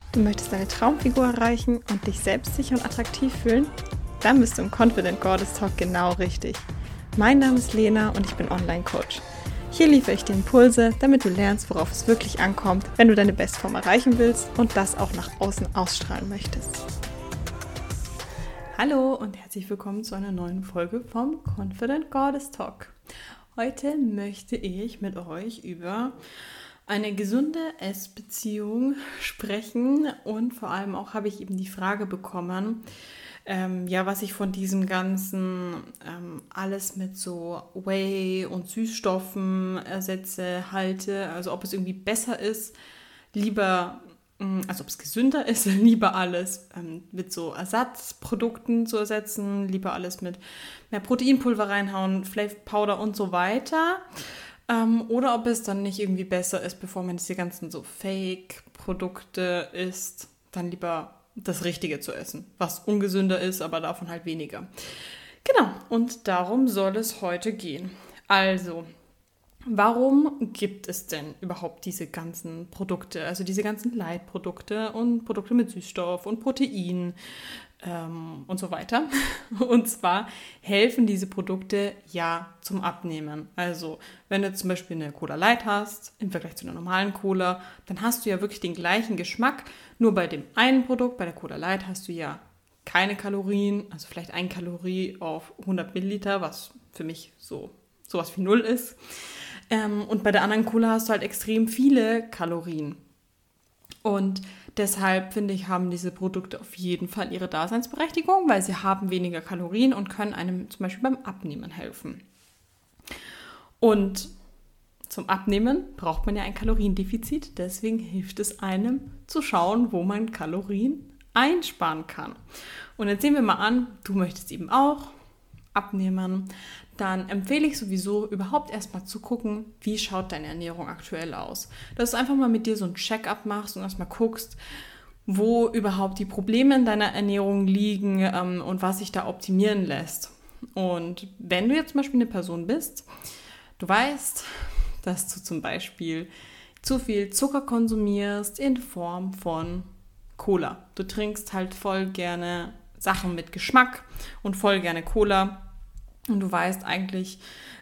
Du möchtest deine Traumfigur erreichen und dich selbstsicher und attraktiv fühlen? Dann bist du im Confident Goddess Talk genau richtig. Mein Name ist Lena und ich bin Online-Coach. Hier liefere ich dir Impulse, damit du lernst, worauf es wirklich ankommt, wenn du deine Bestform erreichen willst und das auch nach außen ausstrahlen möchtest. Hallo und herzlich willkommen zu einer neuen Folge vom Confident Goddess Talk. Heute möchte ich mit euch über eine gesunde Essbeziehung sprechen und vor allem auch habe ich eben die Frage bekommen, was ich von diesem ganzen alles mit so Whey und Süßstoffen ersetze, halte, also ob es irgendwie besser ist, ob es gesünder ist, lieber alles mit so Ersatzprodukten zu ersetzen, lieber alles mit mehr Proteinpulver reinhauen, Flavor Powder und so weiter. Oder ob es dann nicht irgendwie besser ist, bevor man diese ganzen so Fake-Produkte isst, dann lieber das Richtige zu essen, was ungesünder ist, aber davon halt weniger. Genau, und darum soll es heute gehen. Also, warum gibt es denn überhaupt diese ganzen Produkte, also diese ganzen Light-Produkte und Produkte mit Süßstoff und Protein und so weiter? Und zwar helfen diese Produkte ja zum Abnehmen. Also wenn du zum Beispiel eine Cola Light hast, im Vergleich zu einer normalen Cola, dann hast du ja wirklich den gleichen Geschmack. Nur bei dem einen Produkt, bei der Cola Light, hast du ja keine Kalorien, also vielleicht 1 Kalorie auf 100 Milliliter, was für mich sowas wie 0 ist. Und bei der anderen Cola hast du halt extrem viele Kalorien. Und deshalb, finde ich, haben diese Produkte auf jeden Fall ihre Daseinsberechtigung, weil sie haben weniger Kalorien und können einem zum Beispiel beim Abnehmen helfen. Und zum Abnehmen braucht man ja ein Kaloriendefizit, deswegen hilft es einem zu schauen, wo man Kalorien einsparen kann. Und jetzt sehen wir mal an, du möchtest eben auch abnehmen, dann empfehle ich sowieso überhaupt erstmal zu gucken, wie schaut deine Ernährung aktuell aus. Dass du einfach mal mit dir so ein Check-up machst und erstmal guckst, wo überhaupt die Probleme in deiner Ernährung liegen und was sich da optimieren lässt. Und wenn du jetzt zum Beispiel eine Person bist, du weißt, dass du zum Beispiel zu viel Zucker konsumierst in Form von Cola. Du trinkst halt voll gerne Sachen mit Geschmack und voll gerne Cola. Und du weißt eigentlich,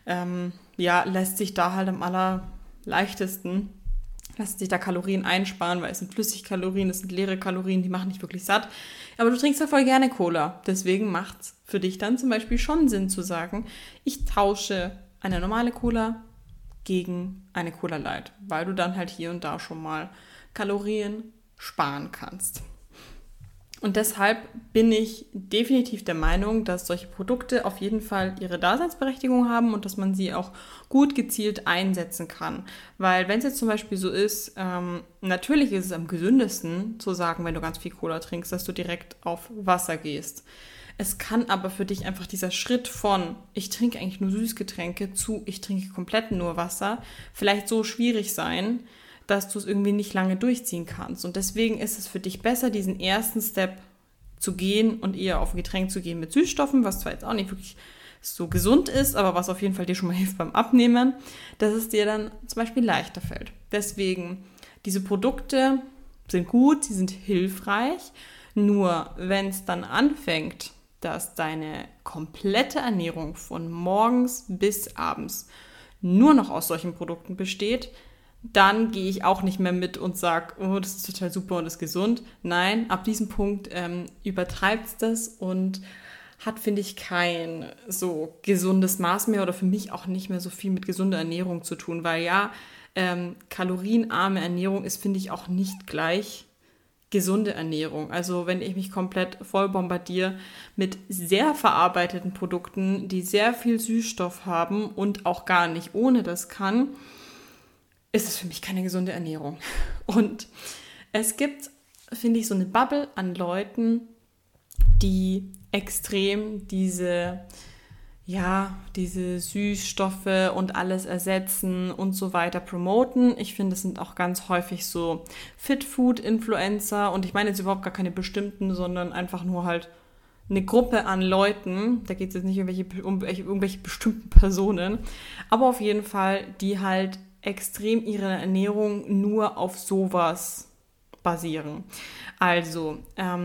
lässt sich da halt am allerleichtesten, lässt sich da Kalorien einsparen, weil es sind Flüssigkalorien, es sind leere Kalorien, die machen nicht wirklich satt. Aber du trinkst ja voll gerne Cola. Deswegen macht es für dich dann zum Beispiel schon Sinn zu sagen, ich tausche eine normale Cola gegen eine Cola Light, weil du dann halt hier und da schon mal Kalorien sparen kannst. Und deshalb bin ich definitiv der Meinung, dass solche Produkte auf jeden Fall ihre Daseinsberechtigung haben und dass man sie auch gut gezielt einsetzen kann. Weil wenn es jetzt zum Beispiel so ist, natürlich ist es am gesündesten zu sagen, wenn du ganz viel Cola trinkst, dass du direkt auf Wasser gehst. Es kann aber für dich einfach dieser Schritt von, ich trinke eigentlich nur Süßgetränke zu, ich trinke komplett nur Wasser, vielleicht so schwierig sein, dass du es irgendwie nicht lange durchziehen kannst. Und deswegen ist es für dich besser, diesen ersten Step zu gehen und eher auf ein Getränk zu gehen mit Süßstoffen, was zwar jetzt auch nicht wirklich so gesund ist, aber was auf jeden Fall dir schon mal hilft beim Abnehmen, dass es dir dann zum Beispiel leichter fällt. Deswegen, diese Produkte sind gut, sie sind hilfreich, nur wenn es dann anfängt, dass deine komplette Ernährung von morgens bis abends nur noch aus solchen Produkten besteht, dann gehe ich auch nicht mehr mit und sage, oh, das ist total super und ist gesund. Nein, ab diesem Punkt übertreibt es das und hat, finde ich, kein so gesundes Maß mehr oder für mich auch nicht mehr so viel mit gesunder Ernährung zu tun, weil kalorienarme Ernährung ist, finde ich, auch nicht gleich gesunde Ernährung. Also wenn ich mich komplett voll bombardiere mit sehr verarbeiteten Produkten, die sehr viel Süßstoff haben und auch gar nicht ohne das kann, ist es für mich keine gesunde Ernährung. Und es gibt, finde ich, so eine Bubble an Leuten, die extrem diese Süßstoffe und alles ersetzen und so weiter promoten. Ich finde, es sind auch ganz häufig so Fit-Food-Influencer und ich meine jetzt überhaupt gar keine bestimmten, sondern einfach nur halt eine Gruppe an Leuten, da geht es jetzt nicht um irgendwelche bestimmten Personen, aber auf jeden Fall, die halt extrem ihre Ernährung nur auf sowas basieren. Also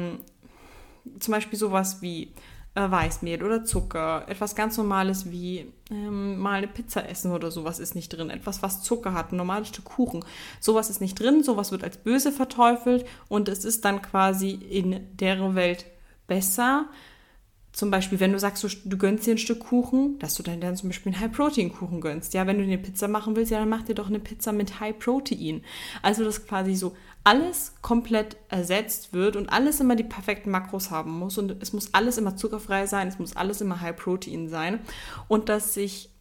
zum Beispiel sowas wie Weißmehl oder Zucker, etwas ganz Normales wie mal eine Pizza essen oder sowas ist nicht drin. Etwas, was Zucker hat, ein normales Stück Kuchen. Sowas ist nicht drin, sowas wird als böse verteufelt und es ist dann quasi in deren Welt besser. Zum Beispiel, wenn du sagst, du gönnst dir ein Stück Kuchen, dass du dann zum Beispiel einen High-Protein-Kuchen gönnst. Ja, wenn du dir eine Pizza machen willst, ja, dann mach dir doch eine Pizza mit High-Protein. Also, dass quasi so alles komplett ersetzt wird und alles immer die perfekten Makros haben muss und es muss alles immer zuckerfrei sein, es muss alles immer High-Protein sein und dass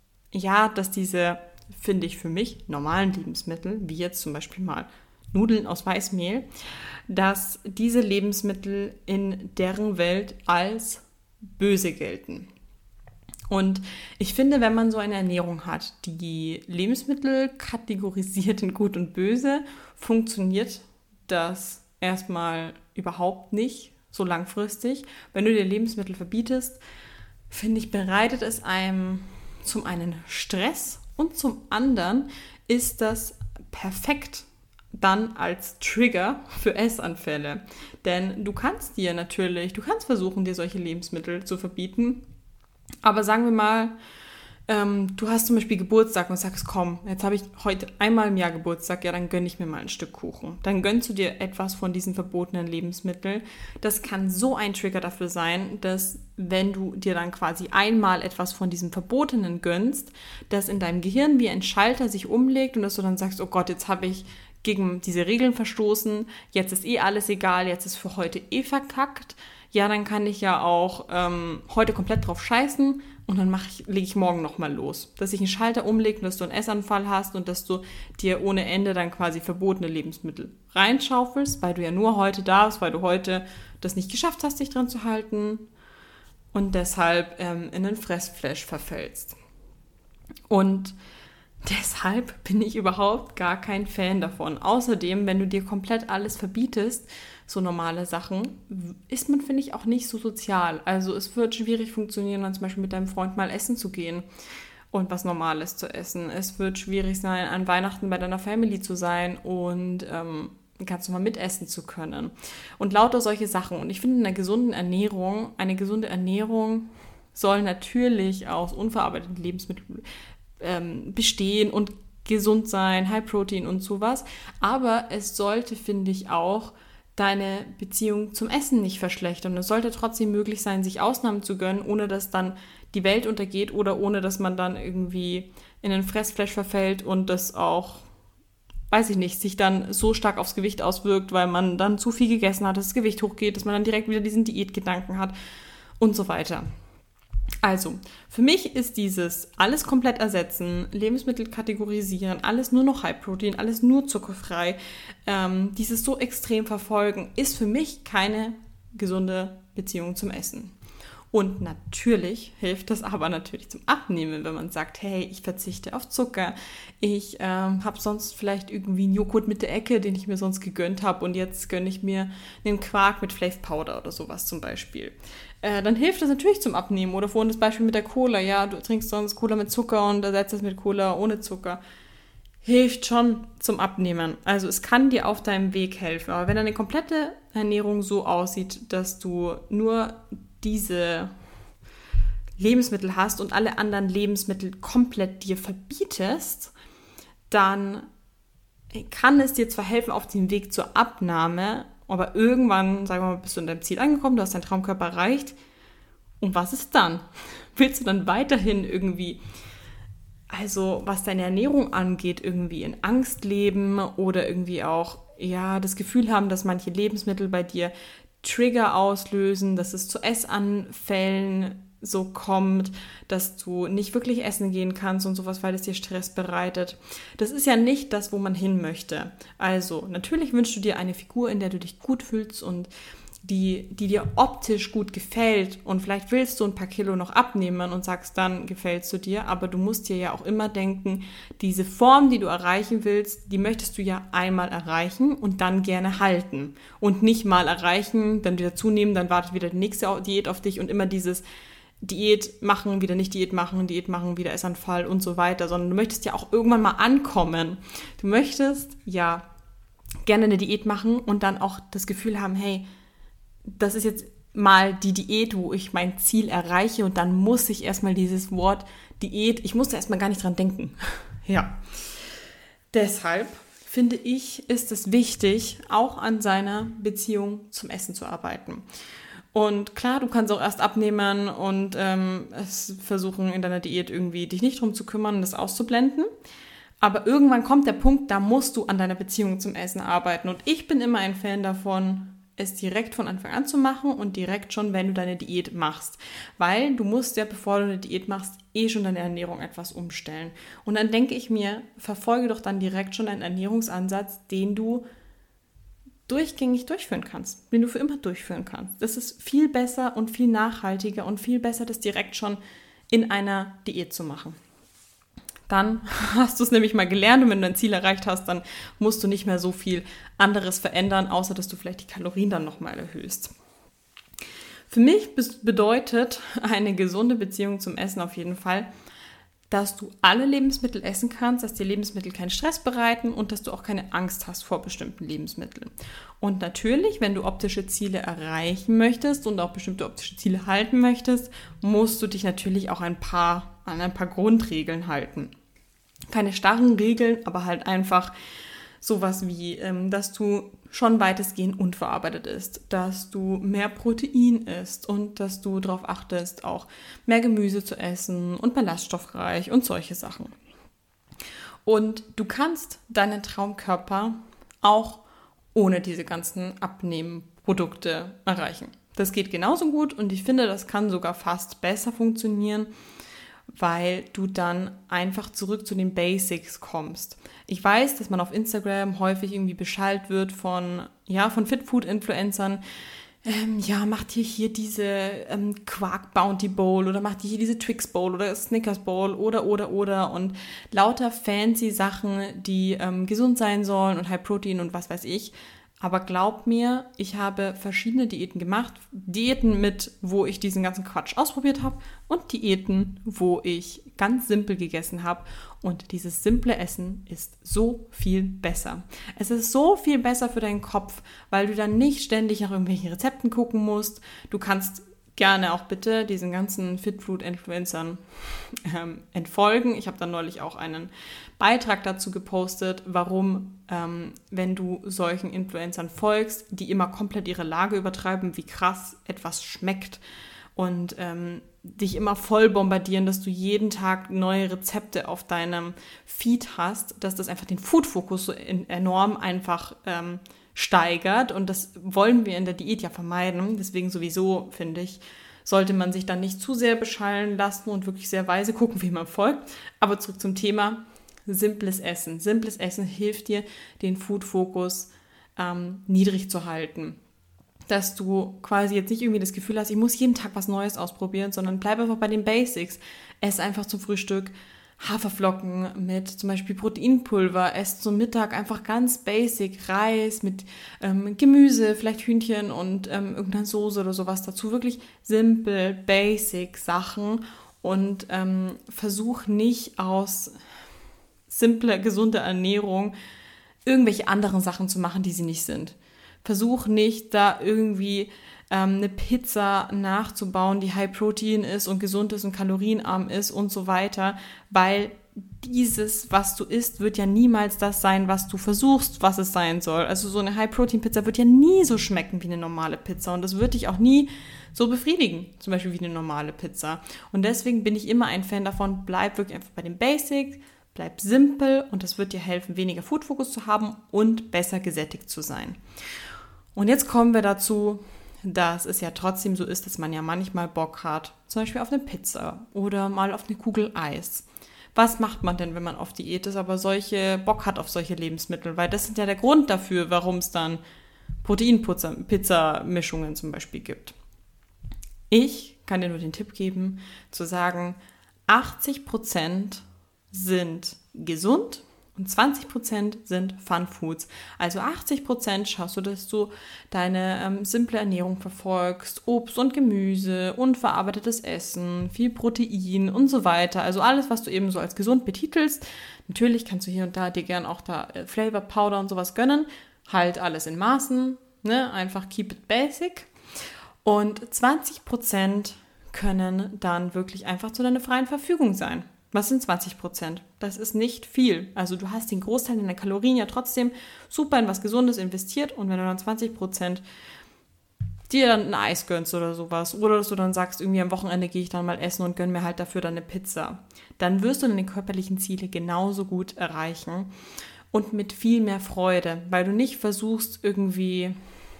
diese, finde ich für mich, normalen Lebensmittel, wie jetzt zum Beispiel mal Nudeln aus Weißmehl, dass diese Lebensmittel in deren Welt als böse gelten. Und ich finde, wenn man so eine Ernährung hat, die Lebensmittel kategorisiert in gut und böse, funktioniert das erstmal überhaupt nicht so langfristig. Wenn du dir Lebensmittel verbietest, finde ich, bereitet es einem zum einen Stress und zum anderen ist das perfekt dann als Trigger für Essanfälle. Denn du kannst versuchen, dir solche Lebensmittel zu verbieten. Aber sagen wir mal, du hast zum Beispiel Geburtstag und sagst, komm, jetzt habe ich heute einmal im Jahr Geburtstag, ja, dann gönne ich mir mal ein Stück Kuchen. Dann gönnst du dir etwas von diesen verbotenen Lebensmitteln. Das kann so ein Trigger dafür sein, dass wenn du dir dann quasi einmal etwas von diesem Verbotenen gönnst, dass in deinem Gehirn wie ein Schalter sich umlegt und dass du dann sagst, oh Gott, jetzt habe ich gegen diese Regeln verstoßen, jetzt ist alles egal, jetzt ist für heute verkackt. Ja, dann kann ich ja auch heute komplett drauf scheißen und dann lege ich morgen nochmal los. Dass sich ein Schalter umlegt und dass du einen Essanfall hast und dass du dir ohne Ende dann quasi verbotene Lebensmittel reinschaufelst, weil du ja nur heute darfst, weil du heute das nicht geschafft hast, dich dran zu halten und deshalb in einen Fressflash verfällst. Und deshalb bin ich überhaupt gar kein Fan davon. Außerdem, wenn du dir komplett alles verbietest, so normale Sachen, ist man, finde ich, auch nicht so sozial. Also es wird schwierig funktionieren, dann zum Beispiel mit deinem Freund mal essen zu gehen und was Normales zu essen. Es wird schwierig sein, an Weihnachten bei deiner Family zu sein und ganz normal mitessen zu können. Und lauter solche Sachen. Und ich finde, eine gesunde Ernährung soll natürlich aus unverarbeiteten Lebensmitteln bestehen und gesund sein, High Protein und sowas. Aber es sollte, finde ich, auch deine Beziehung zum Essen nicht verschlechtern. Es sollte trotzdem möglich sein, sich Ausnahmen zu gönnen, ohne dass dann die Welt untergeht oder ohne dass man dann irgendwie in einen Fressflash verfällt und das auch, weiß ich nicht, sich dann so stark aufs Gewicht auswirkt, weil man dann zu viel gegessen hat, dass das Gewicht hochgeht, dass man dann direkt wieder diesen Diätgedanken hat und so weiter. Also, für mich ist dieses alles komplett ersetzen, Lebensmittel kategorisieren, alles nur noch High Protein, alles nur zuckerfrei, dieses so extrem verfolgen, ist für mich keine gesunde Beziehung zum Essen. Und natürlich hilft das aber natürlich zum Abnehmen, wenn man sagt, hey, ich verzichte auf Zucker, ich habe sonst vielleicht irgendwie einen Joghurt mit der Ecke, den ich mir sonst gegönnt habe und jetzt gönne ich mir einen Quark mit Flav Powder oder sowas zum Beispiel. Dann hilft das natürlich zum Abnehmen. Oder vorhin das Beispiel mit der Cola, ja, du trinkst sonst Cola mit Zucker und ersetzt es mit Cola ohne Zucker. Hilft schon zum Abnehmen. Also es kann dir auf deinem Weg helfen. Aber wenn deine komplette Ernährung so aussieht, dass du nur diese Lebensmittel hast und alle anderen Lebensmittel komplett dir verbietest, dann kann es dir zwar helfen auf dem Weg zur Abnahme, aber irgendwann, sagen wir mal, bist du in deinem Ziel angekommen, du hast deinen Traumkörper erreicht. Und was ist dann? Willst du dann weiterhin irgendwie, also was deine Ernährung angeht, irgendwie in Angst leben oder irgendwie auch, ja, das Gefühl haben, dass manche Lebensmittel bei dir Trigger auslösen, dass es zu Essanfällen so kommt, dass du nicht wirklich essen gehen kannst und sowas, weil es dir Stress bereitet. Das ist ja nicht das, wo man hin möchte. Also, natürlich wünschst du dir eine Figur, in der du dich gut fühlst und die dir optisch gut gefällt und vielleicht willst du ein paar Kilo noch abnehmen und sagst, dann gefällst du dir, aber du musst dir ja auch immer denken, diese Form, die du erreichen willst, die möchtest du ja einmal erreichen und dann gerne halten und nicht mal erreichen, dann wieder zunehmen, dann wartet wieder die nächste Diät auf dich und immer dieses Diät machen, wieder nicht Diät machen, wieder Essanfall und so weiter, sondern du möchtest ja auch irgendwann mal ankommen. Du möchtest ja gerne eine Diät machen und dann auch das Gefühl haben, hey, das ist jetzt mal die Diät, wo ich mein Ziel erreiche und dann muss ich erstmal dieses Wort Diät, ich musste erstmal gar nicht dran denken. Ja, deshalb finde ich, ist es wichtig, auch an seiner Beziehung zum Essen zu arbeiten. Und klar, du kannst auch erst abnehmen und es versuchen in deiner Diät irgendwie dich nicht drum zu kümmern und das auszublenden. Aber irgendwann kommt der Punkt, da musst du an deiner Beziehung zum Essen arbeiten. Und ich bin immer ein Fan davon, es direkt von Anfang an zu machen und direkt schon, wenn du deine Diät machst. Weil du musst ja, bevor du eine Diät machst, schon deine Ernährung etwas umstellen. Und dann denke ich mir, verfolge doch dann direkt schon einen Ernährungsansatz, den du durchgängig durchführen kannst, den du für immer durchführen kannst. Das ist viel besser und viel nachhaltiger und viel besser, das direkt schon in einer Diät zu machen. Dann hast du es nämlich mal gelernt und wenn du dein Ziel erreicht hast, dann musst du nicht mehr so viel anderes verändern, außer dass du vielleicht die Kalorien dann nochmal erhöhst. Für mich bedeutet eine gesunde Beziehung zum Essen auf jeden Fall, dass du alle Lebensmittel essen kannst, dass dir Lebensmittel keinen Stress bereiten und dass du auch keine Angst hast vor bestimmten Lebensmitteln. Und natürlich, wenn du optische Ziele erreichen möchtest und auch bestimmte optische Ziele halten möchtest, musst du dich natürlich auch an ein paar Grundregeln halten. Keine starren Regeln, aber halt einfach sowas wie, dass du schon weitestgehend unverarbeitet isst, dass du mehr Protein isst und dass du darauf achtest, auch mehr Gemüse zu essen und ballaststoffreich und solche Sachen. Und du kannst deinen Traumkörper auch ohne diese ganzen Abnehmprodukte erreichen. Das geht genauso gut und ich finde, das kann sogar fast besser funktionieren, weil du dann einfach zurück zu den Basics kommst. Ich weiß, dass man auf Instagram häufig irgendwie beschallt wird von Fitfood-Influencern. Macht dir hier diese Quark Bounty Bowl oder macht dir hier diese Twix Bowl oder Snickers Bowl oder und lauter fancy Sachen, die gesund sein sollen und High Protein und was weiß ich. Aber glaub mir, ich habe verschiedene Diäten gemacht. Diäten wo ich diesen ganzen Quatsch ausprobiert habe und Diäten, wo ich ganz simpel gegessen habe. Und dieses simple Essen ist so viel besser. Es ist so viel besser für deinen Kopf, weil du dann nicht ständig nach irgendwelchen Rezepten gucken musst. Du kannst gerne auch bitte diesen ganzen Fitfood-Influencern entfolgen. Ich habe dann neulich auch einen Beitrag dazu gepostet, warum, wenn du solchen Influencern folgst, die immer komplett ihre Lage übertreiben, wie krass etwas schmeckt und dich immer voll bombardieren, dass du jeden Tag neue Rezepte auf deinem Feed hast, dass das einfach den Food-Fokus so enorm einfach steigert und das wollen wir in der Diät ja vermeiden. Deswegen sowieso, finde ich, sollte man sich dann nicht zu sehr beschallen lassen und wirklich sehr weise gucken, wie man folgt. Aber zurück zum Thema simples Essen. Simples Essen hilft dir, den Food-Fokus niedrig zu halten. Dass du quasi jetzt nicht irgendwie das Gefühl hast, ich muss jeden Tag was Neues ausprobieren, sondern bleib einfach bei den Basics. Ess einfach zum Frühstück Haferflocken mit zum Beispiel Proteinpulver, esst zum Mittag einfach ganz basic Reis mit Gemüse, vielleicht Hühnchen und irgendeine Soße oder sowas dazu. Wirklich simpel, basic Sachen und versuch nicht aus simpler, gesunder Ernährung irgendwelche anderen Sachen zu machen, die sie nicht sind. Versuch nicht, da irgendwie eine Pizza nachzubauen, die High Protein ist und gesund ist und kalorienarm ist und so weiter, weil dieses, was du isst, wird ja niemals das sein, was du versuchst, was es sein soll. Also so eine High Protein Pizza wird ja nie so schmecken wie eine normale Pizza und das wird dich auch nie so befriedigen, zum Beispiel wie eine normale Pizza. Und deswegen bin ich immer ein Fan davon, bleib wirklich einfach bei den Basics, bleib simpel und das wird dir helfen, weniger Food-Fokus zu haben und besser gesättigt zu sein. Und jetzt kommen wir dazu, dass es ja trotzdem so ist, dass man ja manchmal Bock hat, zum Beispiel auf eine Pizza oder mal auf eine Kugel Eis. Was macht man denn, wenn man auf Diät ist, aber Bock hat auf solche Lebensmittel? Weil das ist ja der Grund dafür, warum es dann Protein-Pizza-Mischungen zum Beispiel gibt. Ich kann dir nur den Tipp geben, zu sagen, 80% sind gesund und 20% sind Fun Foods. Also 80% schaust du, dass du deine simple Ernährung verfolgst, Obst und Gemüse, unverarbeitetes Essen, viel Protein und so weiter. Also alles, was du eben so als gesund betitelst. Natürlich kannst du hier und da dir gern auch da Flavor Powder und sowas gönnen. halt alles in Maßen, ne? Einfach keep it basic. Und 20% können dann wirklich einfach zu deiner freien Verfügung sein. Was sind 20%? Das ist nicht viel. Also du hast den Großteil deiner Kalorien ja trotzdem super in was Gesundes investiert und wenn du dann 20% dir dann ein Eis gönnst oder sowas oder dass du dann sagst, irgendwie am Wochenende gehe ich dann mal essen und gönn mir halt dafür dann eine Pizza, dann wirst du deine körperlichen Ziele genauso gut erreichen und mit viel mehr Freude, weil du nicht versuchst irgendwie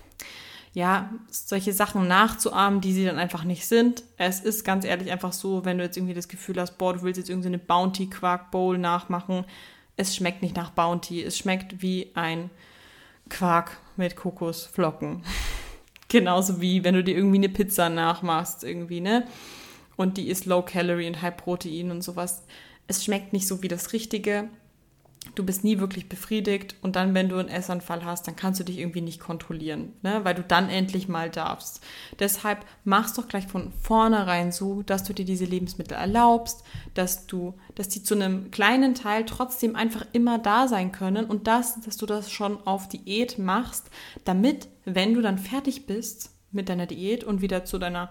solche Sachen nachzuahmen, die sie dann einfach nicht sind. Es ist ganz ehrlich einfach so, wenn du jetzt irgendwie das Gefühl hast, boah, du willst jetzt irgendwie eine Bounty-Quark-Bowl nachmachen, es schmeckt nicht nach Bounty, es schmeckt wie ein Quark mit Kokosflocken. Genauso wie wenn du dir irgendwie eine Pizza nachmachst irgendwie, ne? Und die ist Low Calorie und High Protein und sowas. Es schmeckt nicht so wie das Richtige. Du bist nie wirklich befriedigt und dann, wenn du einen Essanfall hast, dann kannst du dich irgendwie nicht kontrollieren, ne? Weil du dann endlich mal darfst. Deshalb mach's doch gleich von vornherein so, dass du dir diese Lebensmittel erlaubst, dass die zu einem kleinen Teil trotzdem einfach immer da sein können und dass du das schon auf Diät machst, damit, wenn du dann fertig bist mit deiner Diät und wieder zu deine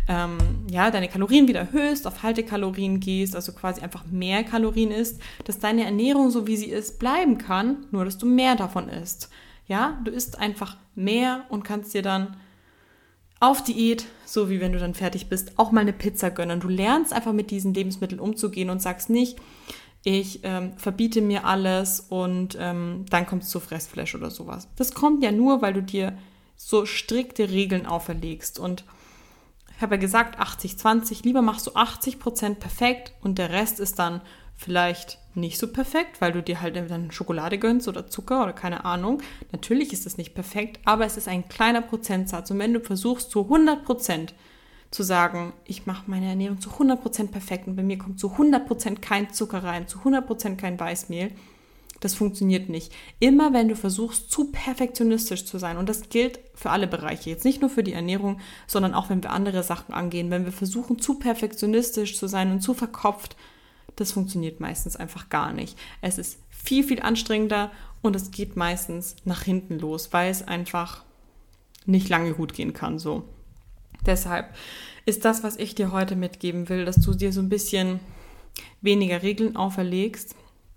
Kalorien wieder erhöhst, auf Haltekalorien gehst, also quasi einfach mehr Kalorien isst, dass deine Ernährung, so wie sie ist, bleiben kann, nur dass du mehr davon isst. Ja, du isst einfach mehr und kannst dir dann auf Diät, so wie wenn du dann fertig bist, auch mal eine Pizza gönnen. Du lernst einfach mit diesen Lebensmitteln umzugehen und sagst nicht, ich verbiete mir alles und dann kommt es zu Fressflash oder sowas. Das kommt ja nur, weil du dir so strikte Regeln auferlegst. Und ich habe ja gesagt, 80-20, lieber machst du 80% perfekt und der Rest ist dann vielleicht nicht so perfekt, weil du dir halt dann Schokolade gönnst oder Zucker oder keine Ahnung. Natürlich ist es nicht perfekt, aber es ist ein kleiner Prozentsatz. Und wenn du versuchst, zu 100% zu sagen, ich mache meine Ernährung zu 100% perfekt und bei mir kommt zu 100% kein Zucker rein, zu 100% kein Weißmehl, das funktioniert nicht. Immer wenn du versuchst, zu perfektionistisch zu sein, und das gilt für alle Bereiche, jetzt nicht nur für die Ernährung, sondern auch, wenn wir andere Sachen angehen, wenn wir versuchen, zu perfektionistisch zu sein und zu verkopft, das funktioniert meistens einfach gar nicht. Es ist viel, viel anstrengender und es geht meistens nach hinten los, weil es einfach nicht lange gut gehen kann, so. Deshalb ist das, was ich dir heute mitgeben will, dass du dir so ein bisschen weniger Regeln auferlegst,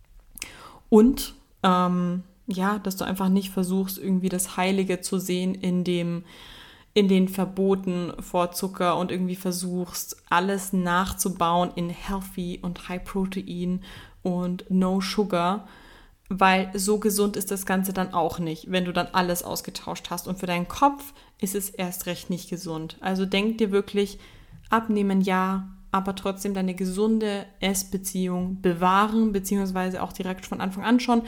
und dass du einfach nicht versuchst, irgendwie das Heilige zu sehen in den Verboten vor Zucker und irgendwie versuchst, alles nachzubauen in Healthy und High Protein und No Sugar, weil so gesund ist das Ganze dann auch nicht, wenn du dann alles ausgetauscht hast. Und für deinen Kopf ist es erst recht nicht gesund. Also denk dir wirklich, abnehmen ja, aber trotzdem deine gesunde Essbeziehung bewahren, beziehungsweise auch direkt von Anfang an schon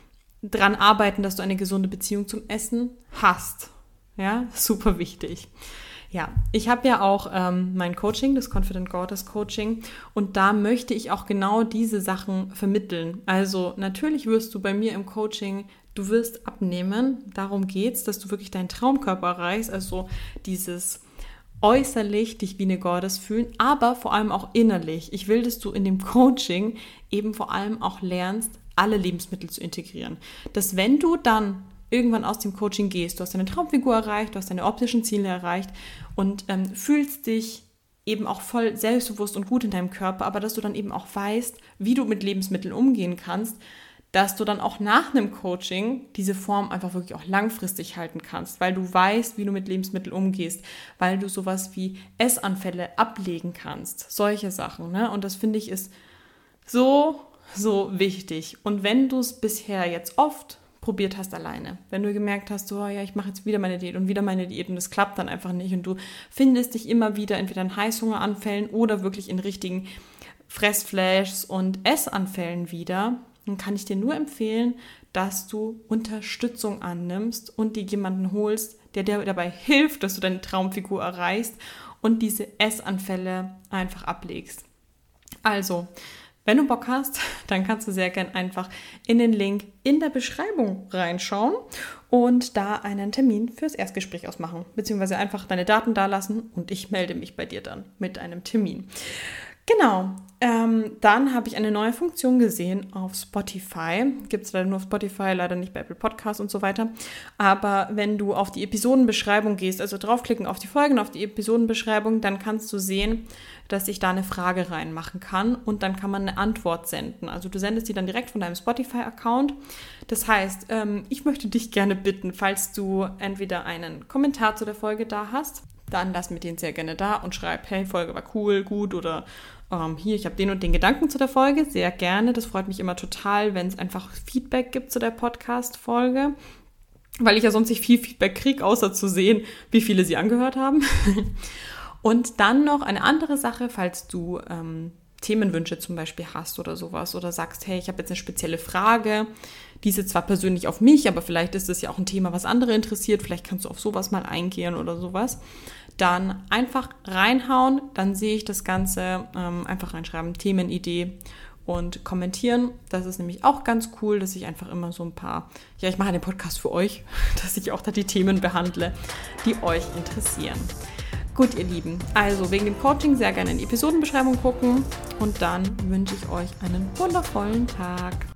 dran arbeiten, dass du eine gesunde Beziehung zum Essen hast. Ja, super wichtig. Ja, ich habe ja auch mein Coaching, das Confident Goddess Coaching, und da möchte ich auch genau diese Sachen vermitteln. Also natürlich wirst du bei mir im Coaching, du wirst abnehmen, darum geht's, dass du wirklich deinen Traumkörper erreichst, also dieses äußerlich dich wie eine Goddess fühlen, aber vor allem auch innerlich. Ich will, dass du in dem Coaching eben vor allem auch lernst, alle Lebensmittel zu integrieren. Dass wenn du dann irgendwann aus dem Coaching gehst, du hast deine Traumfigur erreicht, du hast deine optischen Ziele erreicht und fühlst dich eben auch voll selbstbewusst und gut in deinem Körper, aber dass du dann eben auch weißt, wie du mit Lebensmitteln umgehen kannst, dass du dann auch nach einem Coaching diese Form einfach wirklich auch langfristig halten kannst, weil du weißt, wie du mit Lebensmitteln umgehst, weil du sowas wie Essanfälle ablegen kannst, solche Sachen, ne? Und das finde ich ist so, so wichtig. Und wenn du es bisher jetzt oft probiert hast alleine, wenn du gemerkt hast, so, ja, ich mache jetzt wieder meine Diät und das klappt dann einfach nicht und du findest dich immer wieder entweder in Heißhungeranfällen oder wirklich in richtigen Fressflashs und Essanfällen wieder, dann kann ich dir nur empfehlen, dass du Unterstützung annimmst und dir jemanden holst, der dir dabei hilft, dass du deine Traumfigur erreichst und diese Essanfälle einfach ablegst. Also, wenn du Bock hast, dann kannst du sehr gern einfach in den Link in der Beschreibung reinschauen und da einen Termin fürs Erstgespräch ausmachen, beziehungsweise einfach deine Daten dalassen und ich melde mich bei dir dann mit einem Termin. Genau. Dann habe ich eine neue Funktion gesehen auf Spotify. Gibt es leider nur auf Spotify, leider nicht bei Apple Podcasts und so weiter. Aber wenn du auf die Episodenbeschreibung gehst, also draufklicken auf die Folgen, auf die Episodenbeschreibung, dann kannst du sehen, dass ich da eine Frage reinmachen kann und dann kann man eine Antwort senden. Also du sendest die dann direkt von deinem Spotify-Account. Das heißt, ich möchte dich gerne bitten, falls du entweder einen Kommentar zu der Folge da hast, dann lass mir den sehr gerne da und schreib, hey, Folge war cool, gut oder hier, ich habe den und den Gedanken zu der Folge, sehr gerne. Das freut mich immer total, wenn es einfach Feedback gibt zu der Podcast-Folge, weil ich ja sonst nicht viel Feedback kriege, außer zu sehen, wie viele sie angehört haben. Und dann noch eine andere Sache, falls du Themenwünsche zum Beispiel hast oder sowas oder sagst, hey, ich habe jetzt eine spezielle Frage, die ist jetzt zwar persönlich auf mich, aber vielleicht ist es ja auch ein Thema, was andere interessiert, vielleicht kannst du auf sowas mal eingehen oder sowas. Dann einfach reinhauen, dann sehe ich das Ganze, einfach reinschreiben, Themenidee und kommentieren. Das ist nämlich auch ganz cool, dass ich einfach immer so ein paar, ich mache einen Podcast für euch, dass ich auch da die Themen behandle, die euch interessieren. Gut, ihr Lieben, also wegen dem Coaching sehr gerne in die Episodenbeschreibung gucken und dann wünsche ich euch einen wundervollen Tag.